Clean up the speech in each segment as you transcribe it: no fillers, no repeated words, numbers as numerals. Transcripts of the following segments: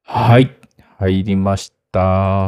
はい、入りました。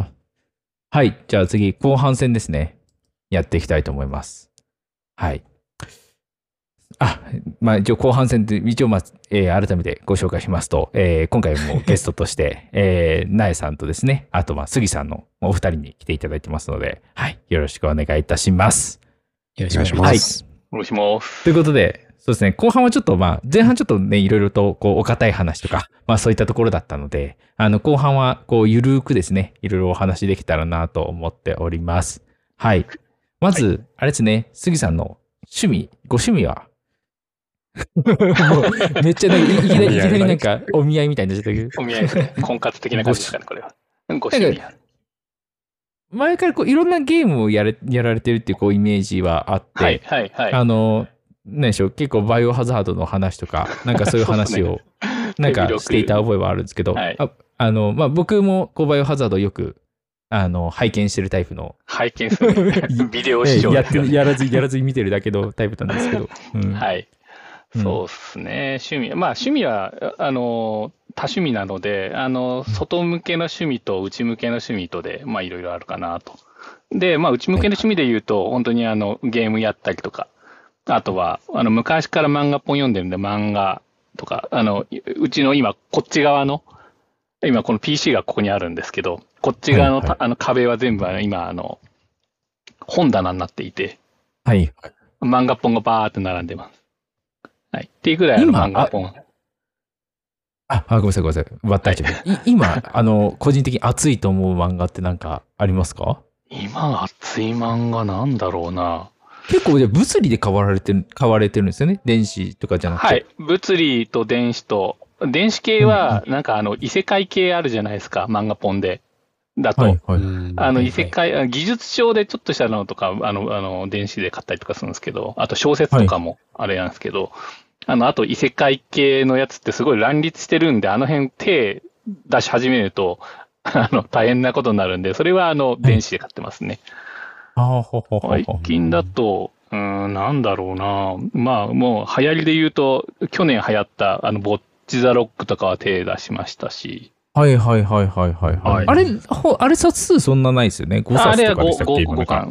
はい、じゃあ次、後半戦ですね。やっていきたいと思います。はい。あ、一応後半戦で、一応改めてご紹介しますと、今回もゲストとして、なえさんとですね、あと杉さんのお二人に来ていただいてますので、はい、よろしくお願いいたします。 よろしくお願いします。 お願いします。 ということで、そうですね、後半はちょっと前半ちょっとね、いろいろとお堅い話とか、そういったところだったので、後半はゆるーくですね、いろいろお話できたらなと思っております。はい。まず、あれですね、杉さんのご趣味はもうめっちゃいきなりなんかお見合いみたいになっちゃったけど。 お見合いですね。婚活的な感じですかね、これは。ご趣味は。 前からいろんなゲームをやられてるっていうイメージはあって、何でしょう、結構バイオハザードの話とか、なんかそういう話をなんかしていた覚えはあるんですけど、僕もバイオハザードよく拝見してるタイプの。 拝見する、ビデオ視聴ですよね。 やらずに見てるだけのタイプなんですけど。 はい。そうですね。趣味は、多趣味なので、外向けの趣味と内向けの趣味とで、いろいろあるかなと。で、内向けの趣味で言うと、本当にゲームやったりとか、あとは、昔から漫画本読んでるんで、漫画とか、うちの今、こっち側の、今この PC がここにあるんですけど、こっち側の、壁は全部今、本棚になっていて、 はい。 漫画本がバーって並んでます。はい。っていうぐらい漫画本。 ごめんなさい。大丈夫。今、個人的に熱いと思う漫画って何かありますか？ 今熱い漫画なんだろうな。 結構じゃあ物理で買われてるんですよね。電子とかじゃなくて。 はい。物理と電子と、電子系は、なんか異世界系あるじゃないですか、漫画本で。だと。異世界、技術書でちょっとしたのとか、電子で買ったりとかするんですけど、あと小説とかもあれなんですけど、あと異世界系のやつってすごい乱立してるんで、あの辺手出し始めると、大変なことになるんで、それは電子で買ってますね。最近だと、なんだろうな。もう流行りで言うと、去年流行ったボッチザロックとかは手出しましたし。 はい。あれ冊数そんなないですよね。5冊とかでしたっけ？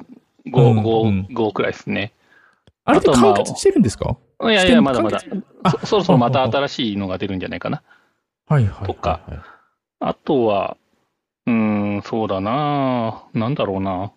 5くらいですね。 あれって完結してるんですか？ いや、まだまだ。そろそろまた新しいのが出るんじゃないかな。とか。あとは、そうだな。なんだろうな。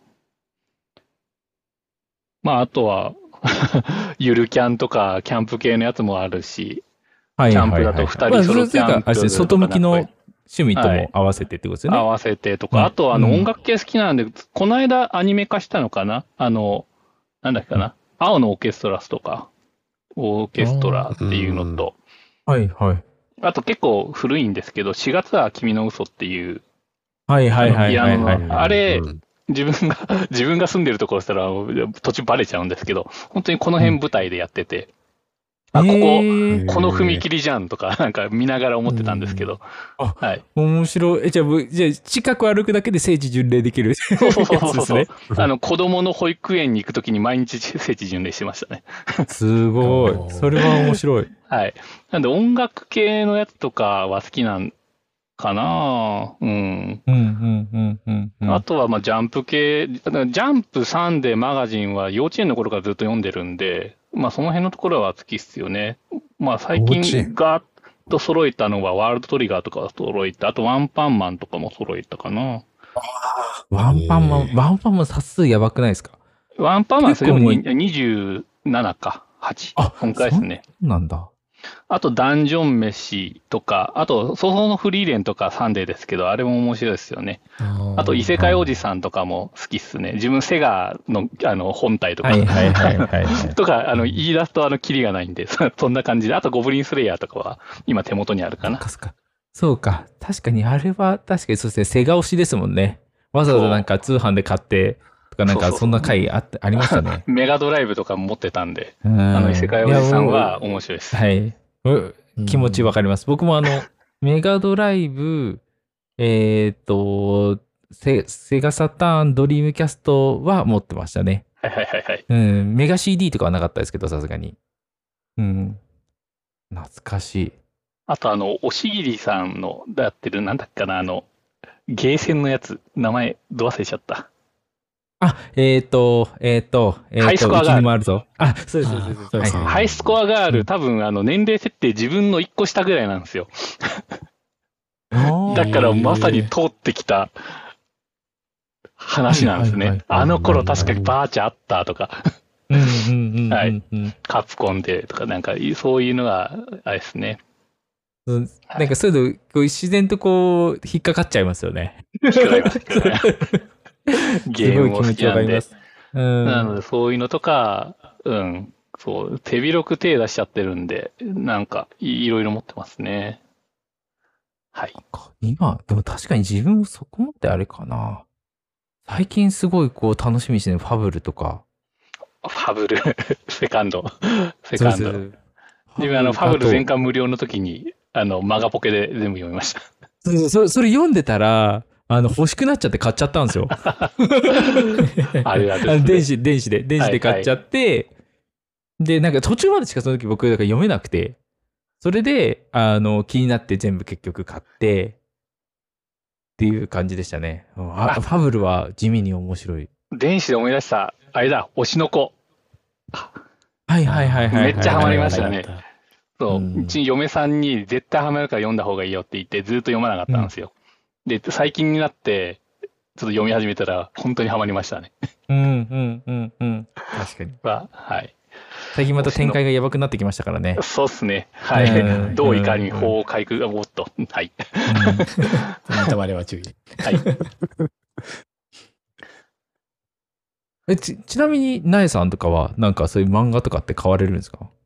あとはゆるキャンとか、キャンプ系のやつもあるし、キャンプだと2人ソロキャンプ。 外向きの趣味とも合わせてってことですよね。 合わせてとか、あと音楽系好きなんで、この間アニメ化したのかな？なんだっけかな？青のオーケストラスとか、オーケストラっていうのと、あと結構古いんですけど、4月は君の嘘っていう、あれ、自分が住んでるところしたら途中バレちゃうんですけど、本当にこの辺舞台でやってて、この踏切じゃんとか、なんか見ながら思ってたんですけど。 はい。面白い。じゃあ、近く歩くだけで聖地巡礼できる。 そう。子供の保育園に行くときに毎日聖地巡礼してましたね。 すごい。それは面白い。 はい。なんで音楽系のやつとかは好きなんかな。あとはジャンプ系、ジャンプサンデーマガジンは幼稚園の頃からずっと読んでるんで、その辺のところは好きっすよね。最近ガーッと揃えたのはワールドトリガーとか揃えて、あとワンパンマンとかも揃えたかな。 ワンパンマン冊数やばくないですか？ ワンパンマンそれも27か8。こんくらいですね。 そうなんだ。 あとダンジョン飯とか、あと早々のフリーレンとかサンデーですけど、あれも面白いですよね。あと異世界おじさんとかも好きっすね。自分セガの本体とか。とか、言い出すとキリがないんで、そんな感じで。あとゴブリンスレイヤーとかは今手元にあるかな。 そうか。確かにあれは確かにそうですね。セガ推しですもんね。わざわざなんか通販で買って、とかなんかそんな回ありましたね。 メガドライブとかも持ってたんで、異世界おじさんは面白いです。 はい。気持ちわかります。僕もメガドライブ、セガサターン、ドリームキャストは持ってましたね。メガ CD とかはなかったですけど、さすがに。懐かしい。 あとおしぎりさんのやってる、なんだっけかな、ゲーセンのやつ、名前、ど忘れちゃった。 ハイスコアガール。もあるぞ。あ、そうです、そうです。 ハイスコアガール、多分、年齢設定自分の1個下ぐらいなんですよ。だからまさに通ってきた話なんですね。あの頃確かにバーチャあったとか。はい。カプコンでとか、なんか、そういうのが、あれですね。 なんかそういうの、こう自然とこう、引っかかっちゃいますよね。 引っかかりますよね。ゲームも好きなんで。なので、そういうのとか、そう、手広く手出しちゃってるんで、なんか、いろいろ持ってますね。はい。 今、でも確かに自分もそこまであれかな。最近すごいこう楽しみにしてるファブルとか。 ファブル、セカンド。自分ファブル全巻無料の時に、マガポケで全部読みました。 それ読んでたら、欲しくなっちゃって買っちゃったんですよ。 あれですね。 電子で買っちゃって、で、なんか途中までしかその時僕だから読めなくて、それで、気になって全部結局買って、っていう感じでしたね。ファブルは地味に面白い。 電子で思い出した、あれだ、推しの子。 はいはいはいはい。 めっちゃハマりましたね。そう、うちに嫁さんに絶対ハマるから読んだ方がいいよって言ってずっと読まなかったんですよ。で、最近になって、ちょっと読み始めたら本当にハマりましたね。 確かに。 はい。 最近また展開がやばくなってきましたからね。 そうっすね。はい。どういかに法を回復がもっと。はい。 ネタバレは注意。 はい。 ちなみに、なえさんとかは、なんかそういう漫画とかって買われるんですか？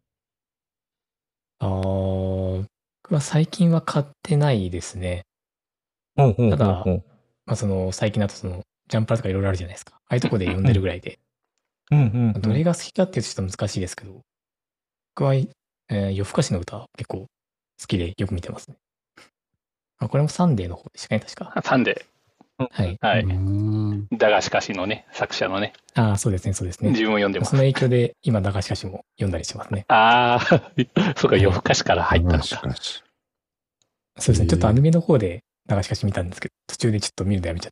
最近は買ってないですね。ただ、最近だとジャンプラとかいろいろあるじゃないですか。ああいうとこで読んでるぐらいで。どれが好きかっていうとちょっと難しいですけど、僕は、夜更かしの歌結構好きでよく見てますね。これもサンデーの方でしたね、確か。 サンデー。 はい。 はい。だがしかしのね、作者のね。 そうですね、そうですね。 自分も読んでます。 その影響で今、だがしかしも読んだりしますね。 そうか、夜更かしから入ったのか。そうですね、ちょっとアニメの方でだがしかし見たんですけど、途中でちょっと見るのやめちゃって。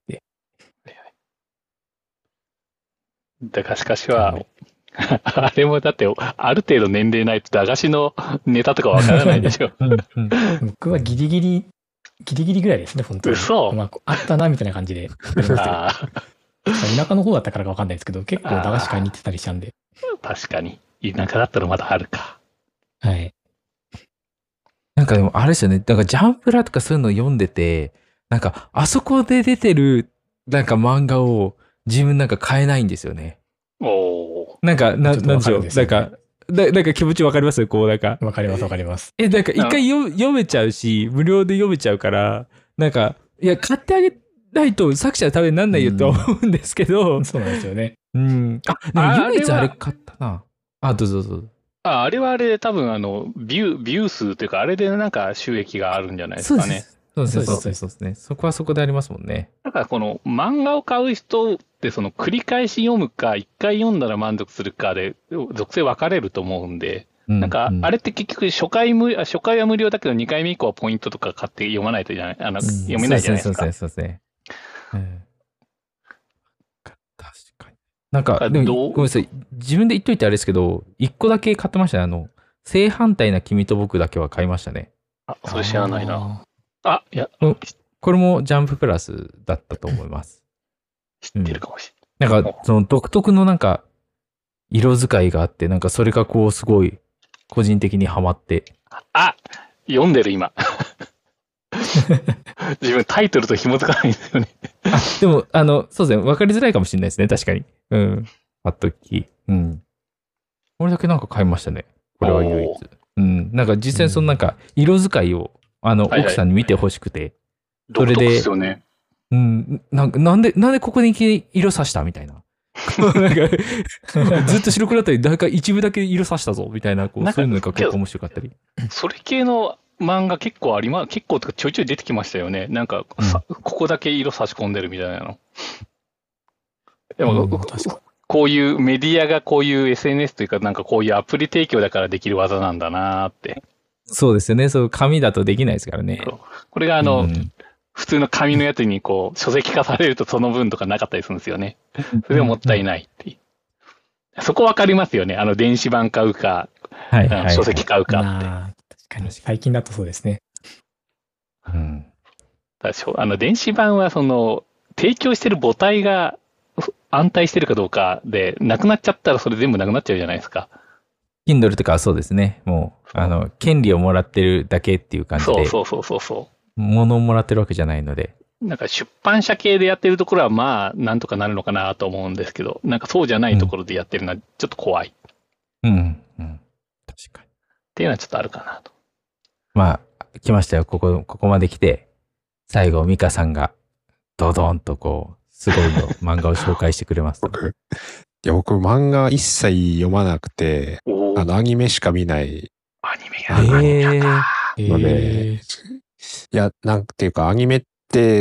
だがしかしは、あれもだって、ある程度年齢ないと駄菓子のネタとかわからないでしょ。 僕はギリギリぐらいですね、本当に。 嘘。 あったな、みたいな感じで。田舎の方だったからかわかんないですけど、結構駄菓子買いに行ってたりしたんで。 確かに。田舎だったらまだあるか。 はい。 なんかでもあれですよね。なんかジャンプラとかそういうの読んでて、なんかあそこで出てるなんか漫画を自分なんか買えないんですよね。なんか、なんでしょう。なんか気持ちわかりますこうなんか。 わかります。 なんか一回読めちゃうし、無料で読めちゃうから、なんか、いや、買ってあげないと作者は多分なんないよと思うんですけど。 そうなんですよね。 でも唯一あれ買ったな。どうぞ。 あれはあれで多分ビュー数というか、あれでなんか収益があるんじゃないですかね。 そうですね。そこはそこでありますもんね。 だからこの漫画を買う人って繰り返し読むか、一回読んだら満足するかで、属性分かれると思うんで、なんか、あれって結局初回は無料だけど2回目以降はポイントとか買って読まないと読めないじゃないですか。 そうですね。確かに。なんか、でもごめんなさい。自分で言っといてあれですけど、一個だけ買ってましたね。正反対な君と僕だけは買いましたね。 それ知らないな。いや。 これもジャンププラスだったと思います。 知ってるかもしれない。なんか、その独特のなんか、色使いがあって、なんかそれがこうすごい、個人的にハマって。 読んでる今。自分タイトルと紐づかないんですよね。 でも、そうですね。わかりづらいかもしれないですね。確かに。パッと聞き。これだけなんか買いましたね。これは唯一。なんか実際そのなんか、色使いを、奥さんに見てほしくて。 それで、 なんでここに色さしたみたいな。ずっと白くなったり、誰か一部だけ色さしたぞみたいな、そういうのが結構面白かったり。 それ系の漫画結構結構とかちょいちょい出てきましたよね。なんか、ここだけ色差し込んでるみたいなの。でも、こういうメディアがこういう SNS というか、なんかこういうアプリ提供だからできる技なんだなーって。 そうですよね。そう、紙だとできないですからね。 これが普通の紙のやつにこう、書籍化されるとその分とかなかったりするんですよね。それはもったいないっていう。そこわかりますよね。電子版買うか、書籍買うかって。 確かに、最近だとそうですね。 うん。電子版は提供してる母体が安泰してるかどうかで、なくなっちゃったらそれ全部なくなっちゃうじゃないですか。 Kindle とかはそうですね。もう、権利をもらってるだけっていう感じで。 そう。 物をもらってるわけじゃないので。 なんか出版社系でやってるところはまあ、なんとかなるのかなと思うんですけど、なんかそうじゃないところでやってるのはちょっと怖い。 確かに。 っていうのはちょっとあるかなと。 まあ、来ましたよ。ここまで来て、最後、ミカさんが、ドドンとすごいの漫画を紹介してくれます。 僕、漫画一切読まなくて、アニメしか見ない。 アニメやので、いや、なんていうか、アニメって、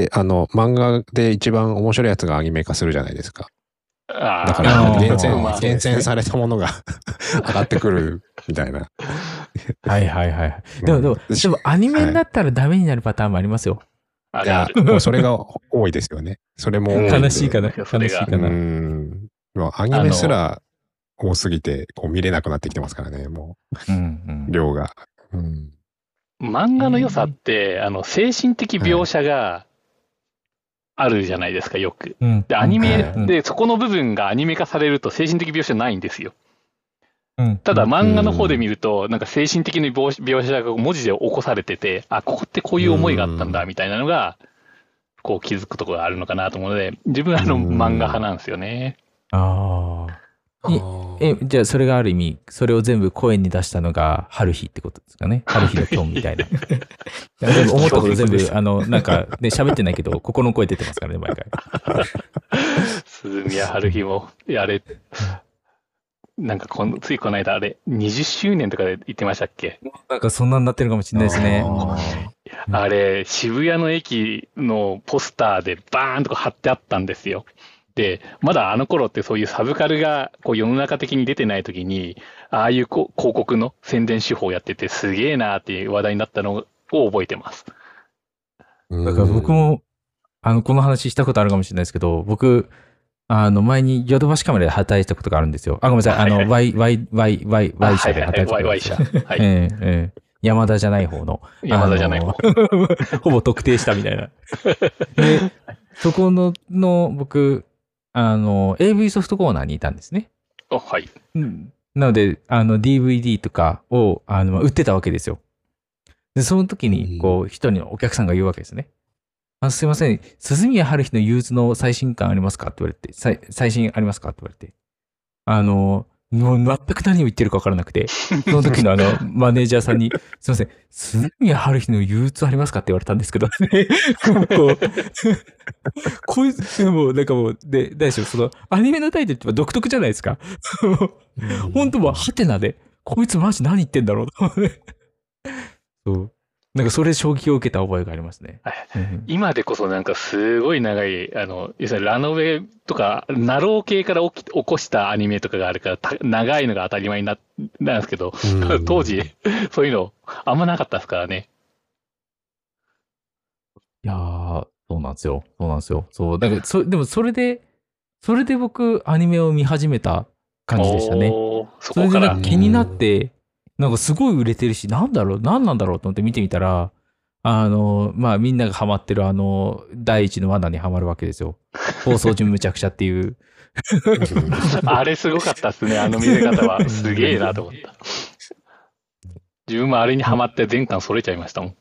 漫画で一番面白いやつがアニメ化するじゃないですか。だから、厳選されたものが上がってくるみたいな。 はい。でも、アニメになったらダメになるパターンもありますよ。 いや、もうそれが多いですよね。それも多い。 悲しいかな。 アニメすら多すぎて、見れなくなってきてますからね、もう。量が。 漫画の良さって、精神的描写があるじゃないですか、よく。で、アニメで、そこの部分がアニメ化されると精神的描写ないんですよ。ただ漫画の方で見ると、なんか精神的な描写が文字で起こされてて、あ、ここってこういう思いがあったんだ、みたいなのが、気づくところがあるのかなと思うので、自分は漫画派なんですよね。 じゃあそれがある意味、それを全部声に出したのが、春日ってことですかね。春日のトーンみたいな。全部思ったこと全部、なんか、ね、喋ってないけど、心の声出てますからね、毎回。 鈴宮春日も、なんかついこの間あれ、20周年とかで言ってましたっけ？ なんかそんなになってるかもしれないですね。 あれ、渋谷の駅のポスターでバーンと貼ってあったんですよ。で、まだあの頃ってそういうサブカルが世の中的に出てない時に、ああいう広告の宣伝手法をやっててすげえなーっていう話題になったのを覚えてます。 だから僕も、この話したことあるかもしれないですけど、僕、前にヨドバシカメラで働いたことがあるんですよ。ごめんなさい。Y 社で働いたことがあるんですよ。はい。山田じゃない方の。 山田じゃない方。 ほぼ特定したみたいな。で、そこの僕、AV ソフトコーナーにいたんですね。 はい。 なので、DVD とかを、売ってたわけですよ。で、その時に、一人のお客さんが言うわけですね。すいません、鈴宮春日の憂鬱の最新刊ありますかって言われて、最新ありますかって言われて、もう全く何を言ってるか分からなくて、その時のマネージャーさんに、すいません、鈴宮春日の憂鬱ありますかって言われたんですけど、ね、こいつ、もうなんかもう、で、大丈夫、その、アニメのタイトルって独特じゃないですか。本当はハテナで、こいつマジ何言ってんだろうと。そう。なんかそれ衝撃を受けた覚えがありますね。 今でこそなんかすごい長い、要するにラノベとか、ナロー系から起こしたアニメとかがあるから、長いのが当たり前なんですけど、当時、そういうのあんまなかったですからね。 いやー、そうなんですよ。そう。だからでもそれで僕、アニメを見始めた感じでしたね。 そこから。 それで気になって、なんかすごい売れてるし、何なんだろうと思って見てみたら、まあみんながハマってる第一の罠にハマるわけですよ。放送順むちゃくちゃっていう。 あれすごかったっすね、見せ方は。すげえなと思った。自分もあれにハマって全巻それちゃいましたもん。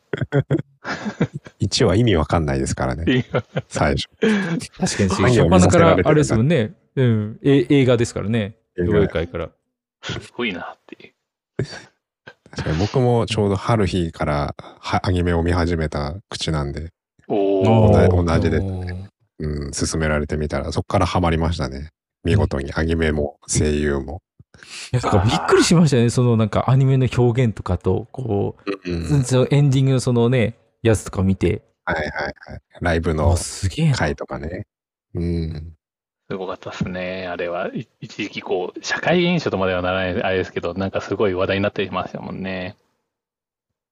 1話意味わかんないですからね。最初。 確かに、初っ端からあれですもんね。映画ですからね。上映会から。 すごいなっていう。 確かに僕もちょうど春日からアニメを見始めた口なんで、同じで、勧められてみたら、そこからハマりましたね。見事にアニメも声優も。 いや、だからびっくりしましたね。そのなんかアニメの表現とかと、そのエンディングのそのね、やつとか見て。 ライブの回とかね。 すごかったですね。あれは、一時期社会現象とまではならないあれですけど、なんかすごい話題になってましたもんね。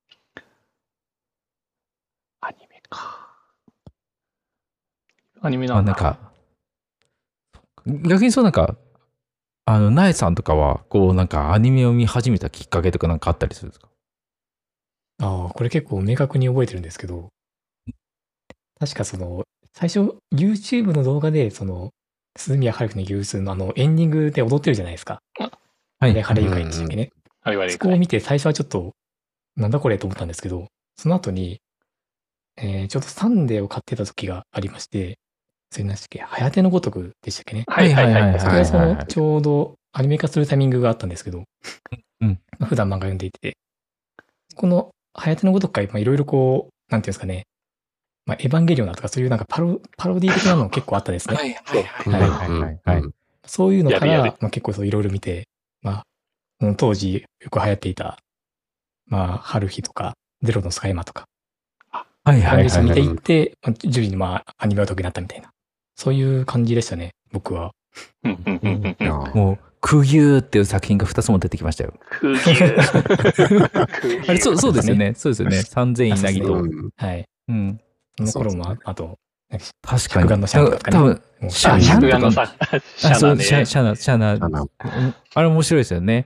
アニメなんだ。 なんか、逆にそうなんか、ナエさんとかは、こうなんかアニメを見始めたきっかけとかなんかあったりするんですか？ ああ、これ結構明確に覚えてるんですけど、確か最初 YouTube の動画で、鈴宮春日の憂鬱のエンディングで踊ってるじゃないですか。 はい。 晴れゆかいでしたっけね。そこを見て最初はちょっと、なんだこれと思ったんですけど、その後に、ちょうどサンデーを買ってた時がありまして、それ何でしたっけ、はやてのごとくでしたっけね。 はいはいはい。 それはちょうどアニメ化するタイミングがあったんですけど、普段漫画読んでいて、このはやてのごとくがいろいろこう、なんていうんですかね、エヴァンゲリオンだとかそういうなんかパロディ的なの結構あったですね。はい。そういうのから結構いろいろ見て、当時よく流行っていた、春日とか、ゼロのスカイマとか、見ていって、徐々にアニメが得意になったみたいな、そういう感じでしたね、僕は。 もう、クギューっていう作品が2つも出てきましたよ。 クギュー。あれ、そうですよね。そうですよね。三千稲木と。 はい。その頃も、あと、 確かに。 のシャンとかね。 多分、 シャのさ、 シャナ。あれ面白いですよね。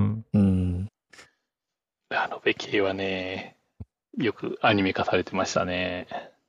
ベ系はね、よくアニメ化されてましたね。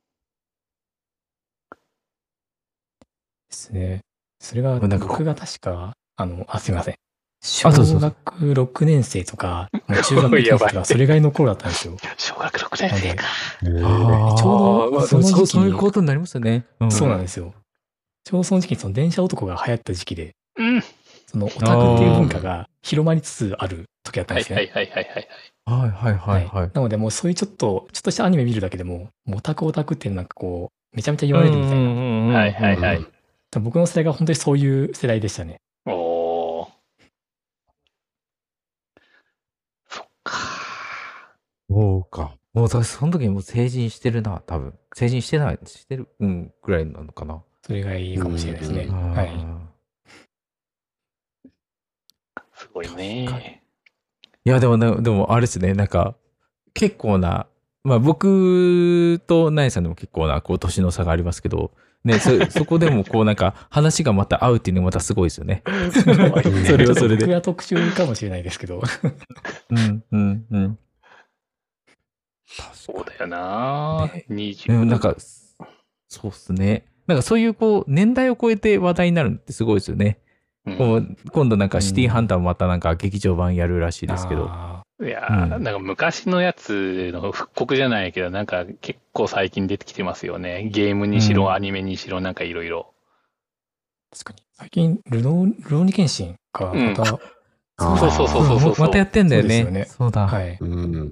ですね。それが、僕が確か、すいません。小学6年生とか、中学1年生とか、それぐらいの頃だったんですよ。 小学6年生か。 ちょうどその時期に、 そういうことになりますよね。 そうなんですよ。ちょうどその時期に電車男が流行った時期で、オタクっていう文化が広まりつつある時だったんですね。 はい。 なので、もうそういうちょっとしたアニメ見るだけでも、オタクってなんかこう、めちゃめちゃ言われるみたいな。僕の世代が本当にそういう世代でしたね。 そうか。もう私、その時にもう成人してるな、多分。成人してる、ぐらいなのかな。 それがいいかもしれないですね。はい。 すごいね。 いや、でもあれですね、なんか、結構な、僕とナエさんでも結構な、年の差がありますけど、ね、そこでもなんか話がまた合うっていうのがまたすごいですよね。 それはそれで。僕は特殊かもしれないですけど。 そうだよな。 なんか、そうっすね。なんかそういう年代を超えて話題になるってすごいですよね。今度なんかシティーハンターもまたなんか劇場版やるらしいですけど。 いやなんか昔のやつの復刻じゃないけど、なんか結構最近出てきてますよね。ゲームにしろ、アニメにしろ、なんかいろいろ。 確かに。最近、ルローニケンシンがまた、 そう。 またやってんだよね。そうだ。 はい。 キ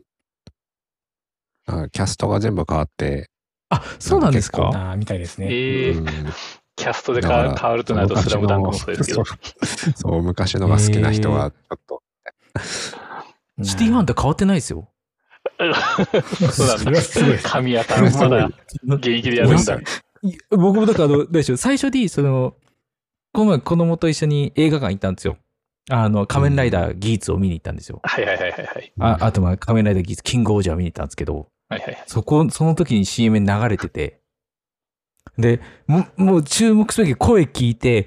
ャストが全部変わって。 あ、そうなんですか？ みたいですね。 キャストで変わるとなるとスラムダンクもそうですけど。 そう、昔のが好きな人はちょっと。 シティーハンター変わってないですよ。 そうなんだ。神谷さんまだ現役でやるんだ。 僕もだから最初にこの前子供と一緒に映画館行ったんですよ。仮面ライダーギーツを見に行ったんですよ。あと仮面ライダーギーツキングオージャーを見に行ったんですけど、その時に CM に流れてて、で、もう注目すべき声聞いて、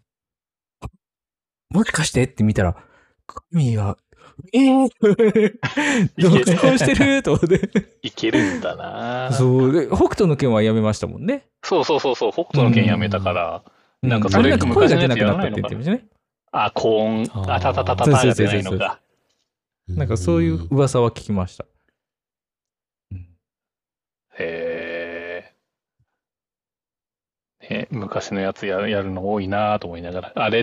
もしかしてって見たら、神は、続行してると思って。 いけるんだな。 そう。で、北斗の拳はやめましたもんね。 そう。北斗の拳やめたから、なんかそれ声が出なくなったって言ってるんですね。 高音、あたたたたたが出ないのか。 なんかそういう噂は聞きました。 昔のやつやるの多いなと思いながら。あれって、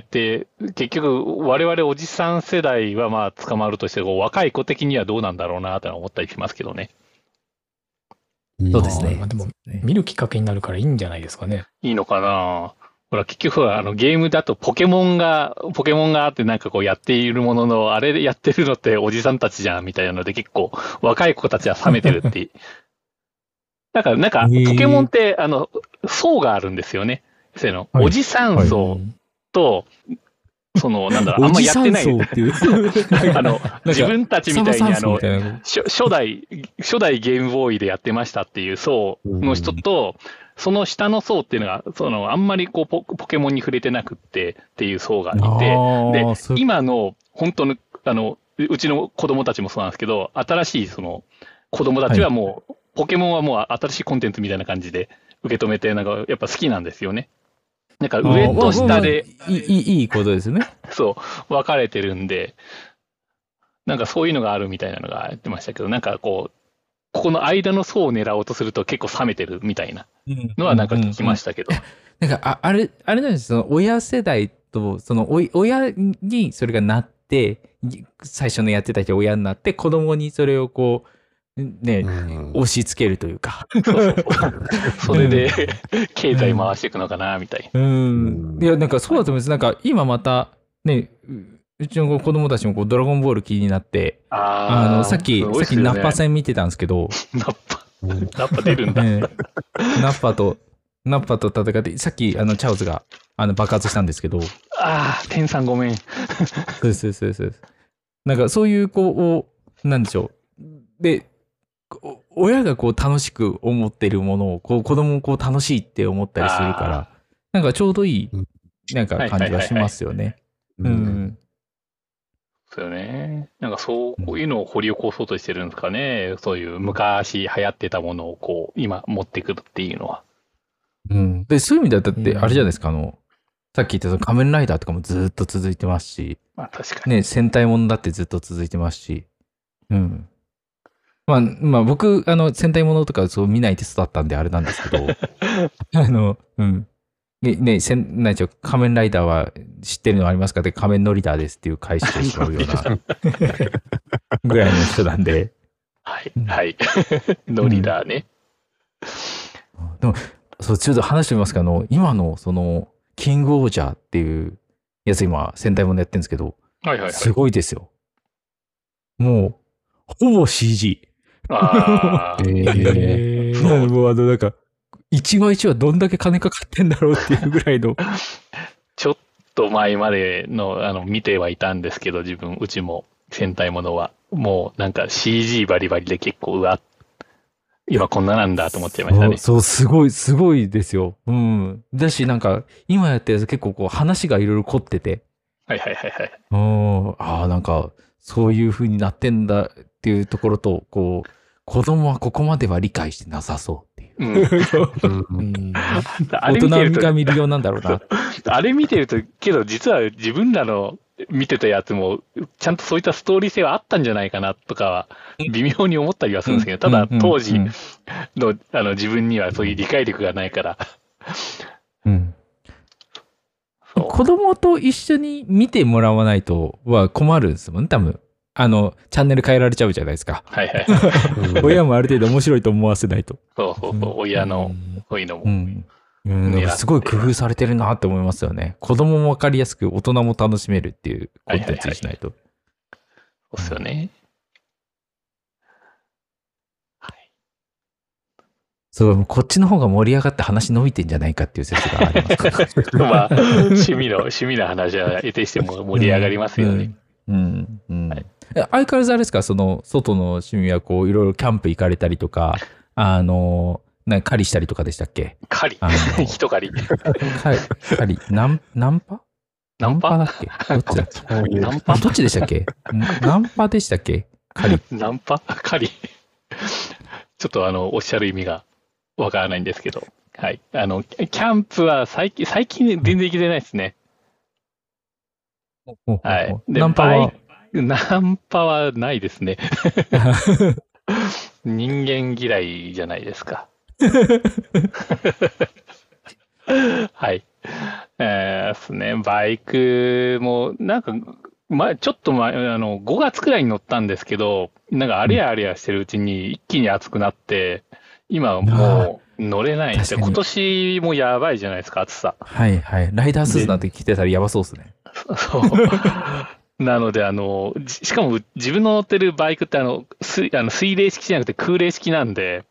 結局、我々おじさん世代は捕まるとして、若い子的にはどうなんだろうなと思ったりしますけどね。 そうですね。 でも、見るきっかけになるからいいんじゃないですかね。 いいのかな。ほら、結局はゲームだとポケモンがあってなんかやっているものの、あれでやってるのっておじさんたちじゃんみたいなので結構若い子たちは冷めてるって。だからなんか、ポケモンって、層があるんですよね。おじさん層と、あんまやってない。自分たちみたいに初代ゲームボーイでやってましたっていう層の人と、 その下の層っていうのが、あんまりこうポケモンに触れてなくっていう層がいて、で、今の、本当の、うちの子供たちもそうなんですけど、新しい子供たちはもう、ポケモンはもう新しいコンテンツみたいな感じで受け止めて、なんかやっぱ好きなんですよね。なんか上と下で。 いいことですね。 そう、分かれてるんで、なんかそういうのがあるみたいなのがやってましたけど、なんかここの間の層を狙おうとすると結構冷めてるみたいなのはなんか聞きましたけど。 なんかあれなんです、その親世代と、親にそれがなって、最初のやってた人親になって、子供にそれをこう、ね、押し付けるというか。 それで、経済回していくのかな、みたいな。いや、なんかそうだと思います。なんか今また、ね、うちの子供たちもドラゴンボール気になって、さっきナッパ戦見てたんですけど、 ナッパ出るんだ。 ナッパと戦って、さっきチャオズが爆発したんですけど。 天さんごめん。 そう。なんかそういうなんでしょう。で、親が楽しく思ってるものを子供も楽しいって思ったりするから、なんかちょうどいいなんか感じはしますよね。 そうよね。なんかそういうのを掘り起こそうとしてるんですかね。そういう昔流行ってたものを今持ってくるっていうのは。 で、そういう意味ではだってあれじゃないですか、さっき言った仮面ライダーとかもずっと続いてますし、 確かに。 ね、戦隊ものだってずっと続いてますし、まあ僕、戦隊ものとかそう見ないで育ったんであれなんですけど、なんちゃう、仮面ライダーは知ってるのありますかって、仮面ノリダーですっていう返してしまうようなぐらいの人なんで。 はい。ノリダーね。 でも、ちょっと話してみますけど、今のキングオージャーっていうやつ今、戦隊ものやってるんですけど、すごいですよ。もう、ほぼ CG。もうなんか、一話一話どんだけ金かかってんだろうっていうぐらいの。 ちょっと前までの、見てはいたんですけど、うちも戦隊ものは。もうなんか CG バリバリで結構今こんななんだと思っちゃいましたね。 そう、すごいですよ。だし、なんか、今やってるやつ結構話がいろいろ凝ってて。なんか、そういう風になってんだっていうところと、子供はここまでは理解してなさそうっていう。大人が見るようなんだろうな。 あれ見てると、けど実は自分らの見てたやつも、ちゃんとそういったストーリー性はあったんじゃないかなとかは、微妙に思ったりはするんですけど、ただ当時の自分にはそういう理解力がないから。 子供と一緒に見てもらわないとは困るんですもんね、多分。チャンネル変えられちゃうじゃないですか。親もある程度面白いと思わせないと。 親の、そういうのも。 すごい工夫されてるなって思いますよね。子供もわかりやすく、大人も楽しめるっていうコンテンツにしないと。 そうですよね。 そう、こっちの方が盛り上がって話伸びてんじゃないかっていう説があります。 まあ、趣味の話は得てしても盛り上がりますよね。 相変わらずあれですか、外の趣味はいろいろキャンプ行かれたりとか、狩りしたりとかでしたっけ？ 狩り人狩り。 狩り。ナンパだっけ？どっちだっけ？どっちでしたっけ？ナンパでしたっけ？狩り。 ナンパ？狩り。ちょっとおっしゃる意味がわからないんですけど。はい。キャンプは最近全然行けてないですね。はい。 ナンパはないですね。人間嫌いじゃないですか。はい。ですね。バイクも、なんか、ちょっと前、5月くらいに乗ったんですけど、なんかあれやあれやしてるうちに一気に暑くなって、今もう乗れないんですよ。今年もやばいじゃないですか、暑さ。 ライダースーツなんて着てたらやばそうですね。 そう。なので、しかも自分の乗ってるバイクって水冷式じゃなくて空冷式なんで、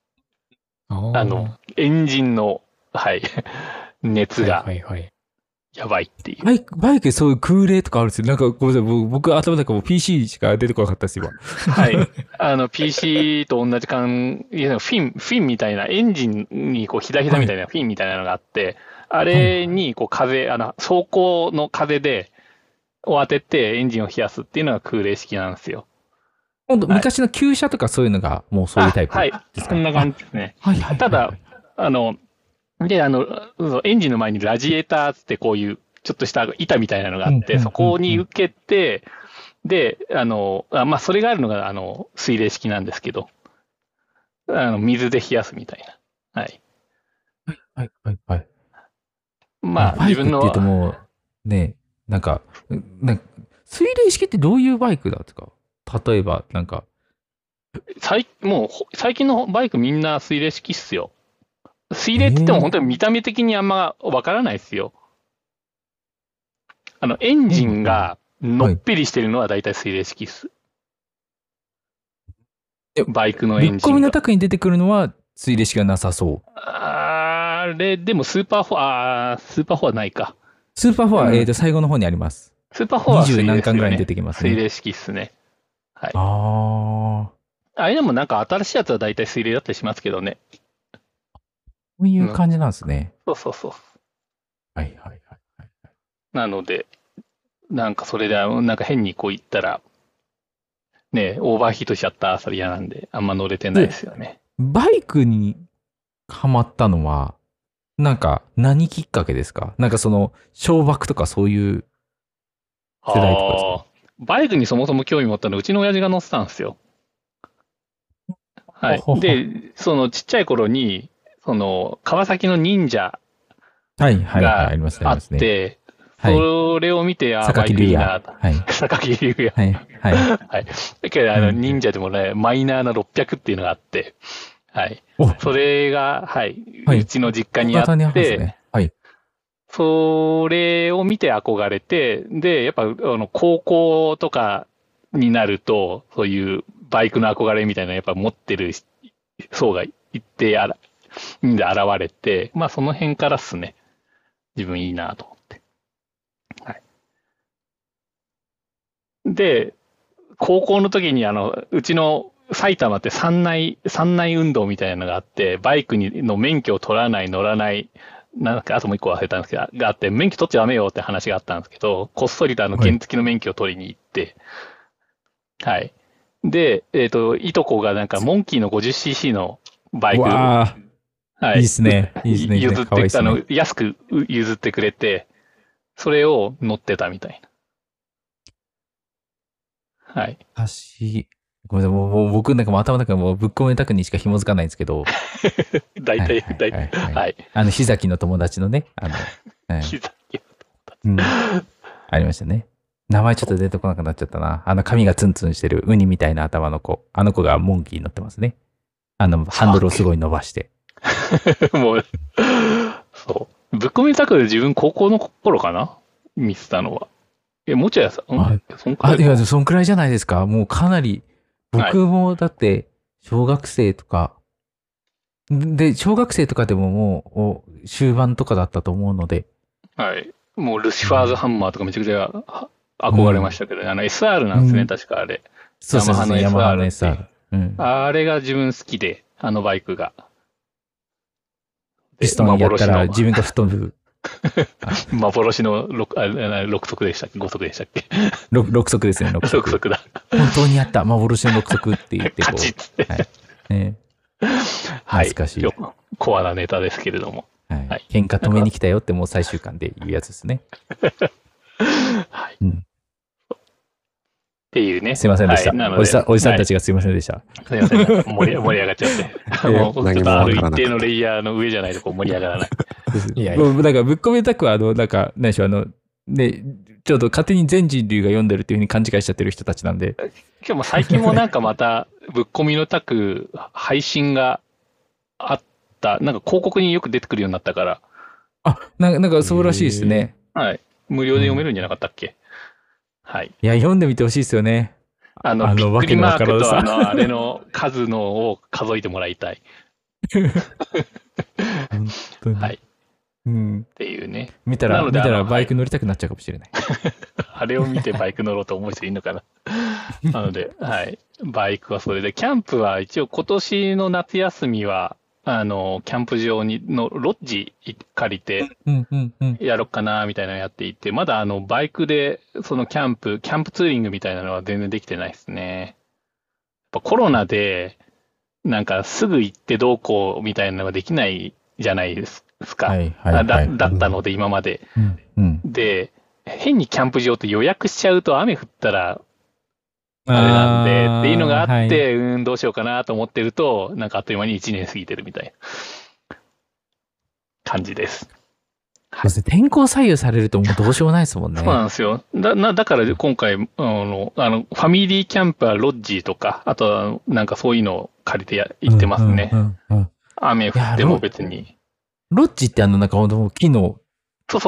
エンジンの、熱がやばいっていう。 バイクそういう空冷とかあるんですよ。なんかごめんなさい、僕頭の中もう PC しか出てこなかったです、今。 はい。PC と同じフィンみたいな、エンジンにこう、ひだひだみたいなフィンみたいなのがあって、あれにこう風、走行の風を当ててエンジンを冷やすっていうのが空冷式なんですよ。 今度、昔の旧車とかそういうのがもうそういうタイプですか？ はい。そんな感じですね。ただ、エンジンの前にラジエーターってこういうちょっとした板みたいなのがあって、そこに受けて、で、それがあるのが、水冷式なんですけど、水で冷やすみたいな。はい。 はい。 自分の。 バイクって言うともう、ね、なんか、水冷式ってどういうバイクだとか、例えば、なんか。 もう、最近のバイクみんな水冷式っすよ。水冷って言っても本当に見た目的にあんまわからないですよ。エンジンがのっぺりしてるのは大体水冷式っす。バイクのエンジンが。 ぶっ込みのタクに出てくるのは水冷式がなさそう。 あれ、でもスーパー4はないか。 スーパー4は、最後の方にあります。 スーパー4は 20何巻ぐらいに出てきますね。 水冷式っすね。はい。 あれでもなんか新しいやつは大体水冷だったりしますけどね。 こういう感じなんですね。 そう。 はい。 なので、なんかそれで、なんか変にこう言ったら、ね、オーバーヒートしちゃったそれ嫌なんで、あんま乗れてないですよね。 バイクにハマったのは、なんか何きっかけですか？なんかその、小爆とかそういう世代とかですか？ バイクにそもそも興味持ったのはうちの親父が乗ってたんですよ。はい。で、ちっちゃい頃に、川崎の忍者があって、それを見て、バイクいいなと。榊龍也。はい。だけど、忍者でもね、マイナーな600っていうのがあって、はい。それが、うちの実家にあって、それを見て憧れて、で、やっぱ、高校とかになると、そういうバイクの憧れみたいな、やっぱ持ってる層が一定現れて、その辺からっすね。自分いいなと思って。はい。で、高校の時にうちの埼玉って山内運動みたいなのがあって、バイクの免許を取らない、乗らない、なんか、あともう一個忘れたんですけど、があって、免許取っちゃダメよって話があったんですけど、こっそりと原付の免許を取りに行って、はい。で、いとこがなんか、モンキーの 50cc のバイクを、 はい。いいですね。 譲って、安く譲ってくれて、それを乗ってたみたいな。はい。 ごめんなさい、もう僕なんかも頭の中もうぶっ込めたくにしか紐づかないんですけど。 大体。はい。 日崎の友達のね、 日崎の友達。ありましたね。名前ちょっと出てこなくなっちゃったな。髪がツンツンしてるウニみたいな頭の子。あの子がモンキーに乗ってますね。ハンドルをすごい伸ばして。 もう、そう。ぶっ込みたくで自分高校の頃かな見てたのは。もちろんさん。 いや、そんくらいじゃないですか。もうかなり、僕もだって、小学生とか、で、小学生とかでももう、終盤とかだったと思うので。 はい。もう、ルシファーズハンマーとかめちゃくちゃ憧れましたけど、SR なんですね、確かあれ。 そうですね、ヤマハの SR。 あれが自分好きで、バイクが。 ピストンやったら自分が吹っ飛ぶ。 幻の6速でしたっけ ?5 速でしたっけ 6速ですね、6速。 6速だ。 本当にあった。幻の6速って言ってこう。 カチッつって。 はい。懐かしい。 コアなネタですけれども。 はい。喧嘩止めに来たよってもう最終巻で言うやつですね。 はい。っていうね。 すいませんでした。おじさんたちがすいませんでした。 すいません。盛り上がっちゃって。もうちょっとある一定のレイヤーの上じゃないと盛り上がらない。 もうなんかぶっ込めたくは、なんか、何でしょう、ね、ちょっと勝手に全人類が読んでるっていうふうに勘違いしちゃってる人たちなんで。 今日も最近もなんかまた、ぶっ込みのタク配信があった。なんか広告によく出てくるようになったから。 なんかそうらしいですね。 はい。無料で読めるんじゃなかったっけ？はい。 いや、読んでみてほしいですよね。 びっくりマークとあれの数のを数えてもらいたい。 本当に。 はい。っていうね。 見たらバイク乗りたくなっちゃうかもしれない。 あれを見てバイク乗ろうと思う人いるのかな。なので、はい。バイクはそれで、キャンプは一応今年の夏休みは、キャンプ場のロッジ借りて、やろうかな、みたいなのやっていて、まだバイクで、そのキャンプツーリングみたいなのは全然できてないですね。やっぱコロナで、なんかすぐ行ってどうこうみたいなのができないじゃないですか。だったので、今まで。で、変にキャンプ場って予約しちゃうと雨降ったら、あれなんで、っていうのがあって、どうしようかなと思ってると、なんかあっという間に1年過ぎてるみたいな感じです。 天候左右されるともうどうしようもないですもんね。 そうなんですよ。だから今回、ファミリーキャンプはロッジとか、あとはなんかそういうのを借りて行ってますね。雨降っても別に。 ロッジってなんか木の。 そう。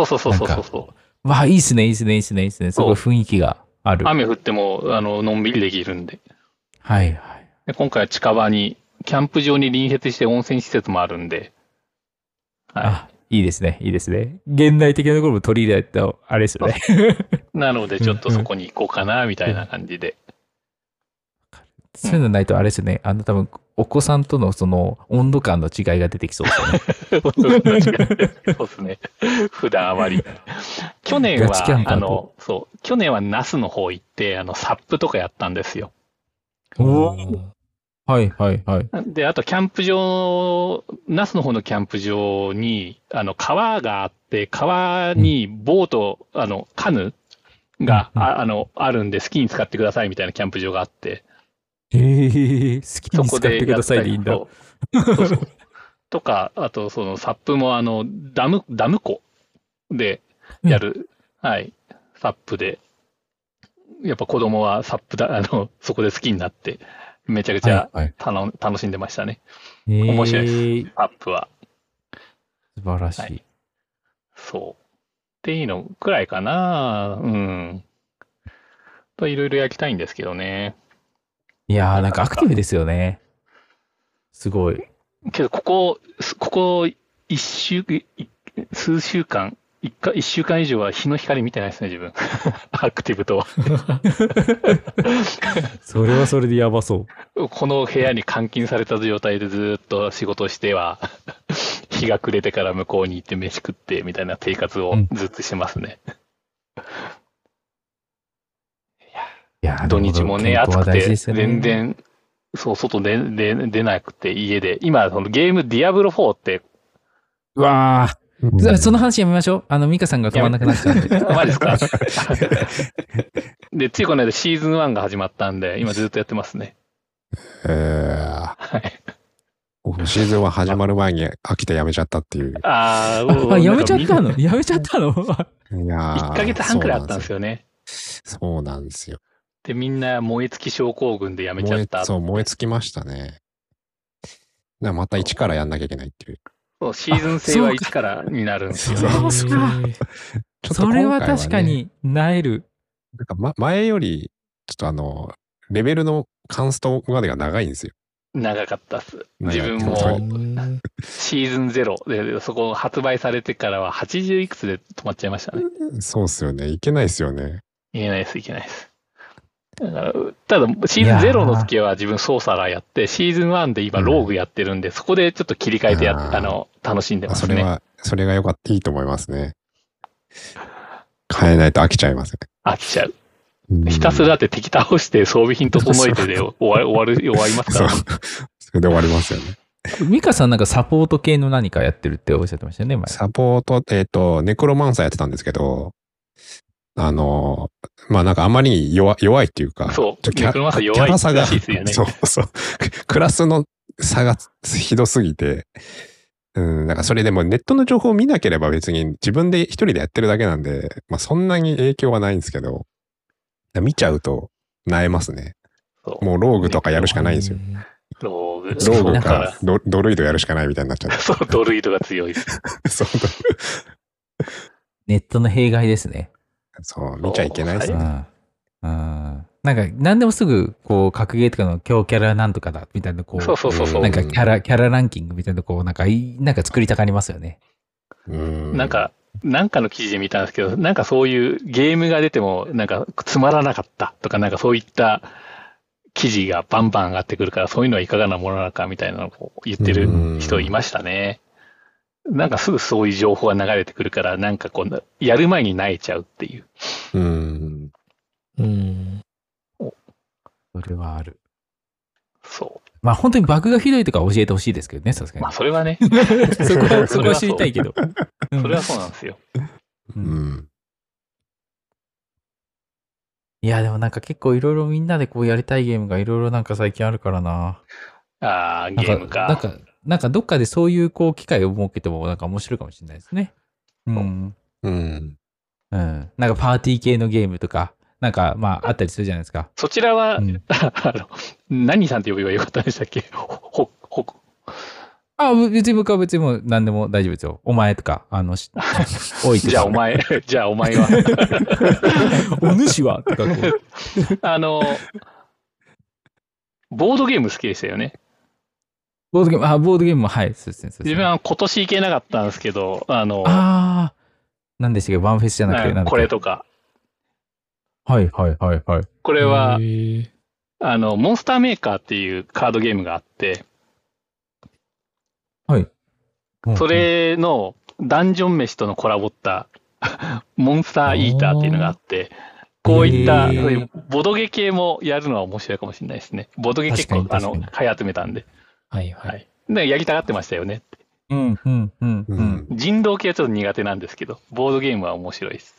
わあ、いいっすね、いいっすね。すごい雰囲気がある。 雨降っても、のんびりできるんで。 はいで今回は近場に、キャンプ場に隣接して温泉施設もあるんで。 いいですね。現代的なところも取り入れた、あれですよね。 なので、ちょっとそこに行こうかな、みたいな感じで。 そういうのないと、あれですよね。多分、お子さんとのその温度感の違いが出てきそうですよね。 温度感の違い。そうですね。普段あまり。去年は、去年は那須の方行って、サップとかやったんですよ。 はい。 で、あと、キャンプ場、那須の方のキャンプ場に、川があって、川にボート、カヌが、あるんで、好きに使ってくださいみたいなキャンプ場があって。 好きに使ってくださいでいいんだ。 とか、あと、その、サップも、ダム湖でやる、はい、サップで、やっぱ子供はサップそこで好きになって、めちゃくちゃ楽しんでましたね。面白いです。アップは。 素晴らしい。 そう。っていうのくらいかな。いろいろ焼きたいんですけどね。 いやー、なんかアクティブですよね。すごい。 けど、ここ数週間、1週間以上は日の光見てないですね、自分。アクティブとは。 それはそれでやばそう。 この部屋に監禁された状態でずっと仕事しては、日が暮れてから向こうに行って飯食ってみたいな生活をずっとしてますね。いや土日もね、暑くて、全然、外で出なくて家で。今、そのゲームディアブロ4って、 うわー。その話やめましょう。ミカさんが変わんなくなっちゃうんで。 マジですか。で、ついこの間シーズン1が始まったんで、今ずっとやってますね。 はい。シーズン1始まる前に飽きてやめちゃったっていう。 やめちゃったのいや、 1ヶ月半くらいあったんですよね。 そうなんですよ。 で、みんな燃え尽き症候群でやめちゃった。 燃え尽きましたね。また一からやんなきゃいけないっていう。 そう、シーズン制は1からになるんですよね。 それは確かに、なえる。 なんか前より、ちょっとレベルのカンストまでが長いんですよ。 長かったっす。自分も、シーズン0で、そこ発売されてからは80いくつで止まっちゃいましたね。 そうっすよね。いけないっすよね。 いけないです。だからただ、シーズン0の時は自分ソーサラーやって、シーズン1で今ローグやってるんで、そこでちょっと切り替えて楽しんでますね。 それがいいと思いますね。変えないと飽きちゃいますね。 飽きちゃう。ひたすらって敵倒して装備品整えてで終わりますから。 それで終わりますよね。 ミカさんなんかサポート系の何かやってるっておっしゃってましたよね、前。 サポート、ネクロマンサーやってたんですけど、なんかあまりに弱いっていうか、 そう、ネクロマンサー弱いらしいですよね。 そう。クラスの差がひどすぎて、なんかそれでもネットの情報を見なければ別に自分で一人でやってるだけなんで、そんなに影響はないんですけど、見ちゃうと萎えますね。もうローグとかやるしかないんですよ。 ローグかドルイドやるしかないみたいになっちゃって。 そう、ドルイドが強いです。 そう。 ネットの弊害ですね。 そう、見ちゃいけないですね。 なんか、何でもすぐ、格ゲーとかの今日キャラなんとかだ、みたいな、 そう。 なんかキャラランキングみたいな、なんか作りたがりますよね。 なんか、 なんかの記事で見たんですけど、なんかそういうゲームが出ても、なんかつまらなかったとか、なんかそういった記事がバンバン上がってくるから、そういうのはいかがなものなのかみたいなのを言ってる人いましたね。なんかすぐそういう情報が流れてくるから、なんかこう、やる前に萎えちゃうっていう。 それはある。 そう。 まあ本当にバグがひどいとか教えてほしいですけどね、さすがに。 まあそれはね。 そこは知りたいけど。 それはそうなんですよ。 いや、でもなんか結構いろいろみんなでこうやりたいゲームがいろいろなんか最近あるからな。 ああ、ゲームか。 なんかどっかでそういうこう機会を設けてもなんか面白いかもしれないですね。なんかパーティー系のゲームとか、なんかまああったりするじゃないですか。 そちらは、何さんって呼べばよかったんでしたっけ？ 別に僕は別にもう何でも大丈夫ですよ。お前とか、おいとか。 じゃあお前は。 お主はとかこう。ボードゲーム好きでしたよね。 ボードゲームも、はい、そうですね。 自分は今年行けなかったんですけど、 何でしたっけ、ワンフェスじゃなくて、 これとか。 はい。 これは、モンスターメーカーっていうカードゲームがあって、 はい。 それのダンジョン飯とのコラボったモンスターイーターっていうのがあって、こういったボドゲ系もやるのは面白いかもしれないですね。ボドゲ結構買い集めたんで。 はいはい。 やりたがってましたよね。人狼系はちょっと苦手なんですけど、ボードゲームは面白いです。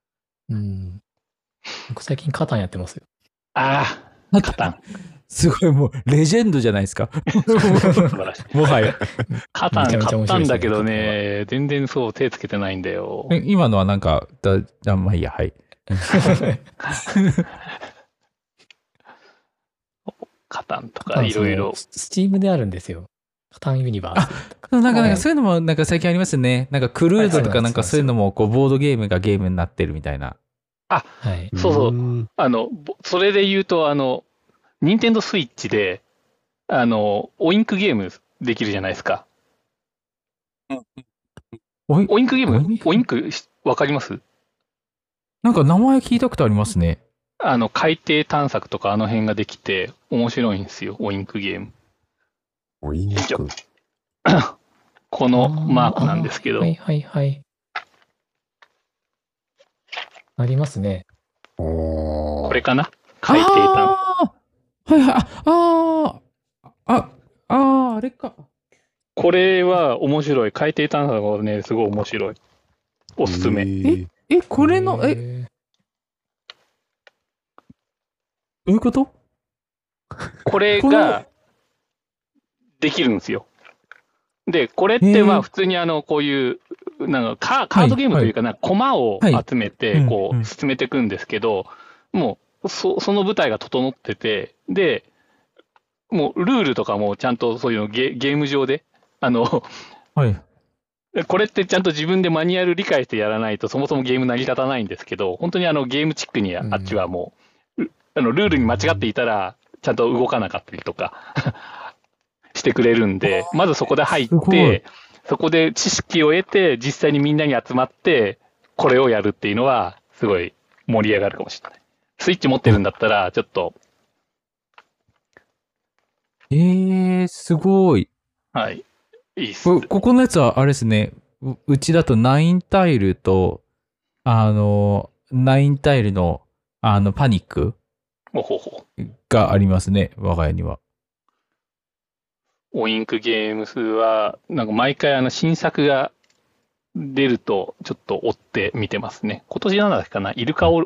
僕最近カタンやってますよ。 ああ、カタン。 すごいもうレジェンドじゃないですか。 素晴らしい。 もはや。 カタン買ったんだけどね、全然そう手つけてないんだよ。 今のはなんか、まあいいや、はい。 カタンとかいろいろ。 スチームであるんですよ。カタンユニバース。 なんかそういうのもなんか最近ありますよね。なんかクルードとかなんかそういうのもこうボードゲームがゲームになってるみたいな。 はい。そうそう。それで言うと、ニンテンドースイッチで、オインクゲームできるじゃないですか。オインクゲーム？オインクわかります？ なんか名前聞いたことありますね。 海底探索とかあの辺ができて面白いんですよ、オインクゲーム。 オインクこのマークなんですけど。 はい。ありますね。 これかな？海底探索。あれか。 これは面白い。海底探索はね、すごい面白い。おすすめ。 これの、どういうこと？ これができるんですよ。で、これってまあ普通にこういう、なんかカードゲームというかな、コマを集めて、こう進めていくんですけど、もうその舞台が整ってて、で、もうルールとかもちゃんとそういうのゲーム上で、これってちゃんと自分でマニュアル理解してやらないとそもそもゲーム成り立たないんですけど、本当にゲームチックにあっちはもう、ルールに間違っていたらちゃんと動かなかったりとかしてくれるんで、まずそこで入って、そこで知識を得て実際にみんなに集まってこれをやるっていうのはすごい盛り上がるかもしれない。スイッチ持ってるんだったらちょっと。 すごい。 はい。いいっす。 ここのやつはあれですね。うちだとナインタイルと、ナインタイルの、パニックがありますね。我が家には。 オインクゲームスは、なんか毎回新作が出ると、ちょっと追って見てますね。今年なんだっけかな？イルカオル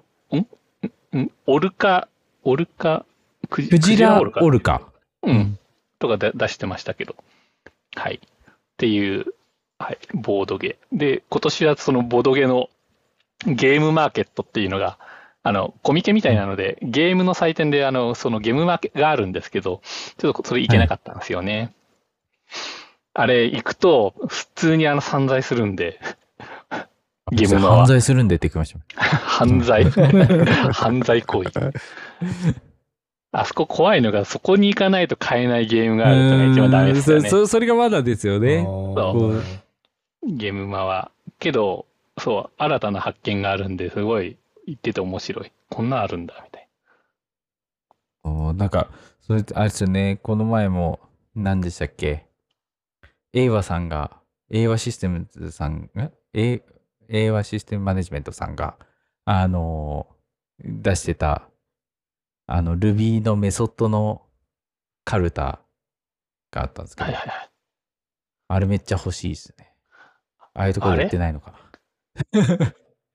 カ、クジラオルカ。とか出してましたけど。はい。っていう、はい、ボードゲー。で、今年はそのボードゲーのゲームマーケットっていうのが、コミケみたいなので、ゲームの祭典で、そのゲームマーケットがあるんですけど、ちょっとそれ行けなかったんですよね。あれ、行くと、普通に散財するんで、 ゲームは。犯罪するんでって言ってました。 犯罪行為。あそこ怖いのが、そこに行かないと買えないゲームがあるとが一番ダメですよね。 それがまだですよね。 ゲームマは。けど、 そう、新たな発見があるんで、すごい言ってて面白い。こんなんあるんだ、みたいなんか、それあれですよね、この前も、何でしたっけ、英和さんが、英和システムズさん、英和システムマネジメントさんが、出してた、Ruby のメソッドのカルタがあったんですけど、あれめっちゃ欲しいですね。ああいうところで売ってないのかな。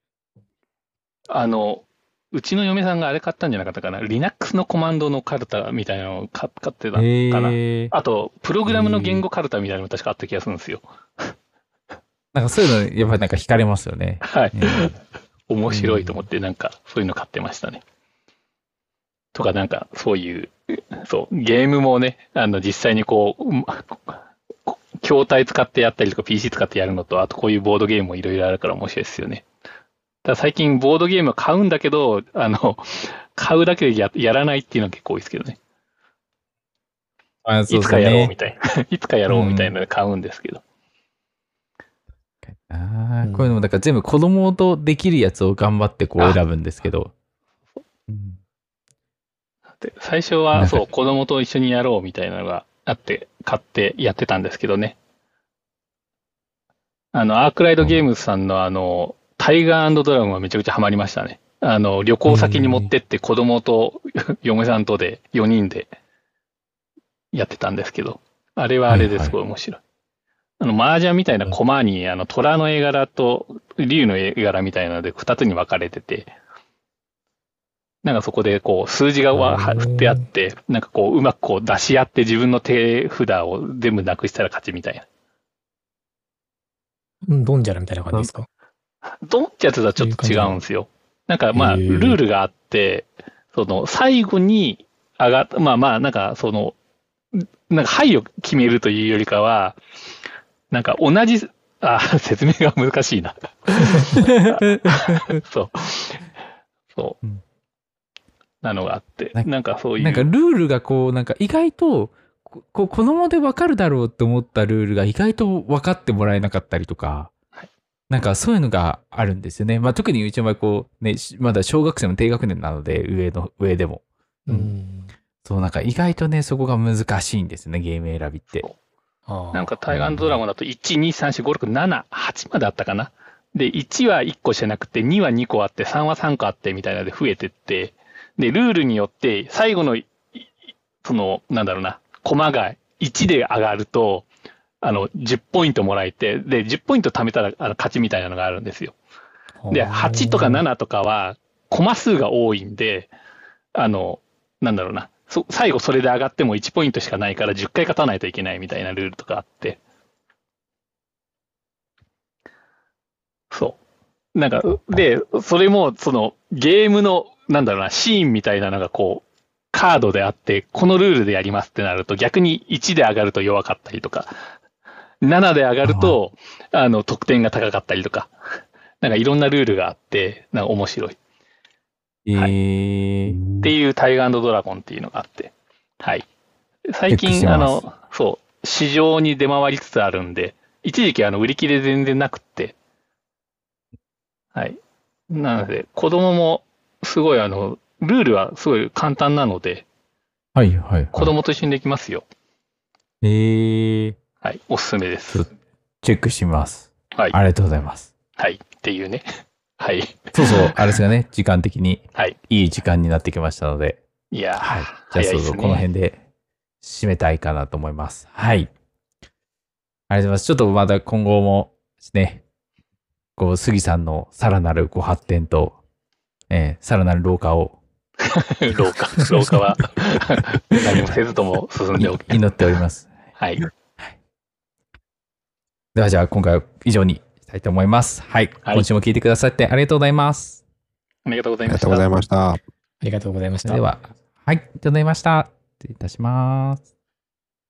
うちの嫁さんがあれ買ったんじゃなかったかな。Linux のコマンドのカルタみたいなのを買ってたかな。あと、プログラムの言語カルタみたいなのも確かあった気がするんですよ。 なんかそういうの、やっぱりなんか惹かれますよね。 はい。面白いと思って、なんかそういうの買ってましたね。とか、なんかそういう、そう、ゲームもね、実際にこう、筐体使ってやったりとか PC 使ってやるのと、あとこういうボードゲームもいろいろあるから面白いですよね。ただ最近ボードゲーム買うんだけど、買うだけでやらないっていうのは結構多いですけどね。 そうですね。 いつかやろうみたいな。いつかやろうみたいなので買うんですけど。 こういうのも、だから全部子供とできるやつを頑張ってこう選ぶんですけど。 で最初はそう、子供と一緒にやろうみたいなのがあって、買ってやってたんですけどね。アークライドゲームズさんのタイガー&ドラゴンはめちゃくちゃハマりましたね。旅行先に持ってって子供と嫁さんとで4人でやってたんですけど、あれはあれですごい面白い。麻雀みたいなコマに虎の絵柄と竜の絵柄みたいなので2つに分かれてて、なんかそこでこう数字が振ってあって、なんかこううまくこう出し合って自分の手札を全部なくしたら勝ちみたいな。 ドンジャラみたいな感じですか？ ドンってやつとはちょっと違うんですよ。なんかまあ、ルールがあって、最後になんかなんか牌を決めるというよりかは、なんか同じ、説明が難しいな。そう。なのがあって、なんかそういう。 なんかルールがこう、なんか意外と、子供でわかるだろうって思ったルールが意外と分かってもらえなかったりとか、なんかそういうのがあるんですよね。まあ特にうちの場合こうね、まだ小学生の低学年なので上でも。そうなんか意外とね、そこが難しいんですね、ゲーム選びって。 なんかタイガー&ドラゴンだと1、2、3、4、5、6、7、8まであったかな。で、1は1個じゃなくて、2は2個あって、3は3個あってみたいなので増えてって、で、ルールによって最後の、なんだろうな、コマが1で上がると、10ポイントもらえて、で、10ポイント貯めたら勝ちみたいなのがあるんですよ。で、8とか7とかは、コマ数が多いんで、なんだろうな、最後それで上がっても1ポイントしかないから10回勝たないといけないみたいなルールとかあって。そう。なんか、で、それも、ゲームの、なんだろうな、シーンみたいなのがこう、カードであって、このルールでやりますってなると、逆に1で上がると弱かったりとか、7で上がると、得点が高かったりとか、なんかいろんなルールがあって、なんか面白い。はい。っていうタイガー&ドラゴンっていうのがあって、はい。最近、そう、市場に出回りつつあるんで、一時期売り切れ全然なくって、はい。なので、子供もすごいルールはすごい簡単なので、 はいはい、はい。 子供と一緒にできますよ。はい、おすすめです。 チェックします。 はい。 ありがとうございます。 はい。っていうね。はい。 そうそう、あれですがね、時間的に、いい時間になってきましたので。 いやー、 はい。じゃあ、そうそう、この辺で締めたいかなと思います。はい。ありがとうございます。ちょっとまた今後もですね、杉さんのさらなるご発展と、さらなる老化を。 老化は何もせずとも進んでおき祈っております。 はい。 ではじゃあ今回は以上にしたいと思います。はい。今週も聞いてくださってありがとうございます。 ありがとうございました。 ありがとうございました。 ありがとうございました。 では、はい、ありがとうございました。失礼いたします。